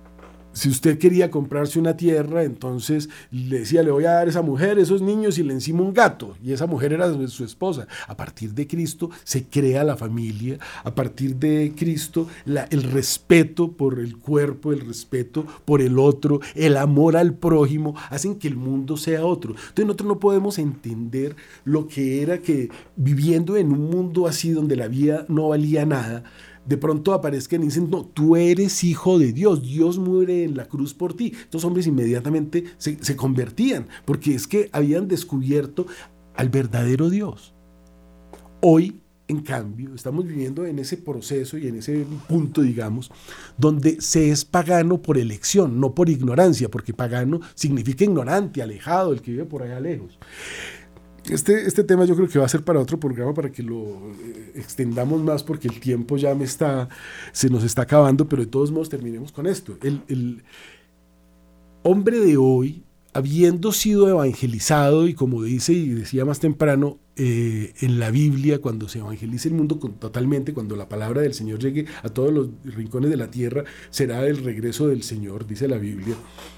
si usted quería comprarse una tierra, entonces le decía, le voy a dar a esa mujer, esos niños, y le encima un gato, y esa mujer era su, su esposa. A partir de Cristo se crea la familia, a partir de Cristo la, el respeto por el cuerpo, el respeto por el otro, el amor al prójimo, hacen que el mundo sea otro. Entonces nosotros no podemos entender lo que era que viviendo en un mundo así donde la vida no valía nada, de pronto aparezcan y dicen, no, tú eres hijo de Dios, Dios muere en la cruz por ti. Estos hombres inmediatamente se, se convertían, porque es que habían descubierto al verdadero Dios. Hoy, en cambio, estamos viviendo en ese proceso y en ese punto, digamos, donde se es pagano por elección, no por ignorancia, porque pagano significa ignorante, alejado, el que vive por allá lejos. Este, este tema yo creo que va a ser para otro programa, para que lo eh, extendamos más, porque el tiempo ya me está, se nos está acabando, pero de todos modos terminemos con esto. El, el hombre de hoy, habiendo sido evangelizado, y como dice y decía más temprano, eh, en la Biblia, cuando se evangelice el mundo con, totalmente, cuando la palabra del Señor llegue a todos los rincones de la tierra, será el regreso del Señor, dice la Biblia.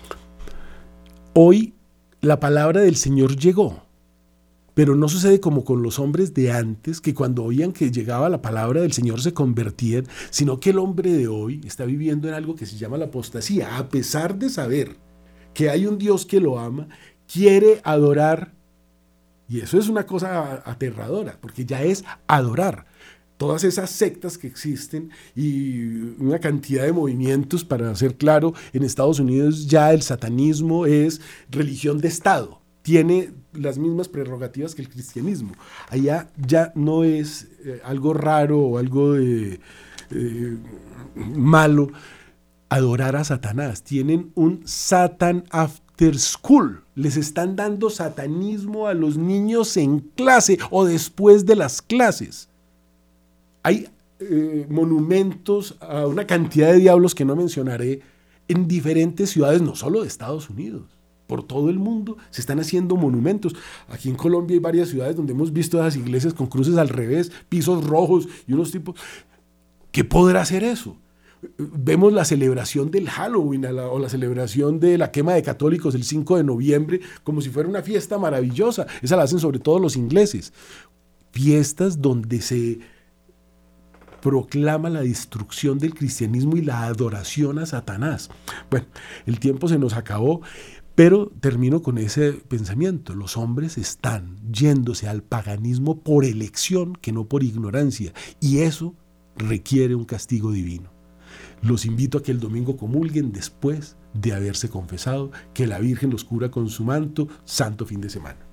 Hoy la palabra del Señor llegó. Pero no sucede como con los hombres de antes, que cuando oían que llegaba la palabra del Señor se convertían, sino que el hombre de hoy está viviendo en algo que se llama la apostasía. A pesar de saber que hay un Dios que lo ama, quiere adorar, y eso es una cosa aterradora, porque ya es adorar. Todas esas sectas que existen y una cantidad de movimientos, para ser claro, en Estados Unidos ya el satanismo es religión de Estado. Tiene las mismas prerrogativas que el cristianismo. Allá ya no es eh, algo raro o algo de, eh, malo adorar a Satanás. Tienen un Satan After School. Les están dando satanismo a los niños en clase o después de las clases. Hay eh, monumentos a una cantidad de diablos que no mencionaré en diferentes ciudades, no solo de Estados Unidos. Por todo el mundo se están haciendo monumentos. Aquí en Colombia hay varias ciudades donde hemos visto esas iglesias con cruces al revés, pisos rojos y unos tipos. ¿Qué podrá hacer eso? Vemos la celebración del Halloween la, o la celebración de la quema de católicos el cinco de noviembre como si fuera una fiesta maravillosa. Esa la hacen sobre todo los ingleses. Fiestas donde se proclama la destrucción del cristianismo y la adoración a Satanás. Bueno, el tiempo se nos acabó. Pero termino con ese pensamiento. Los hombres están yéndose al paganismo por elección, que no por ignorancia. Y eso requiere un castigo divino. Los invito a que el domingo comulguen después de haberse confesado, que la Virgen los cubra con su manto. Santo fin de semana.